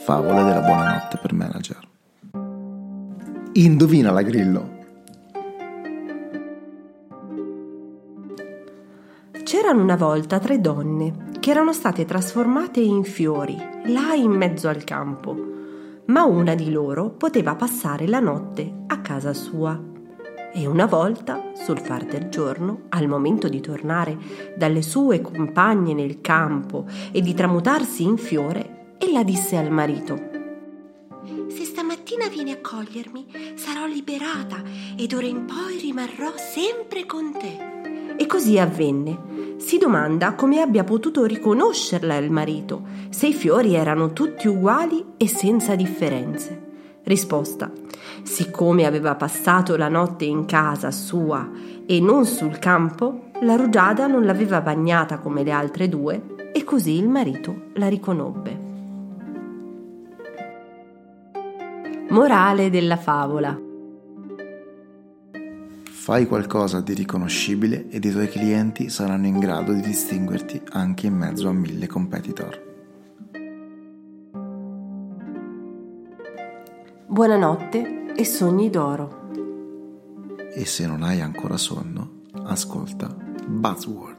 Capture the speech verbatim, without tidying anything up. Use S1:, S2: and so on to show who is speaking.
S1: Favole della buonanotte per manager. Indovina la Grillo.
S2: C'erano una volta tre donne che erano state trasformate in fiori, là in mezzo al campo, ma una di loro poteva passare la notte a casa sua. E una volta, sul far del giorno, al momento di tornare dalle sue compagne nel campo e di tramutarsi in fiore, ella disse al marito:
S3: «Se stamattina vieni a cogliermi, sarò liberata e d'ora in poi rimarrò sempre con te».
S2: E così avvenne. Si domanda come abbia potuto riconoscerla il marito, se i fiori erano tutti uguali e senza differenze. Risposta: siccome aveva passato la notte in casa sua e non sul campo, la rugiada non l'aveva bagnata come le altre due e così il marito la riconobbe. Morale della favola:
S1: fai qualcosa di riconoscibile ed i tuoi clienti saranno in grado di distinguerti anche in mezzo a mille competitor.
S2: Buonanotte e sogni d'oro.
S1: E se non hai ancora sonno, ascolta Buzzword.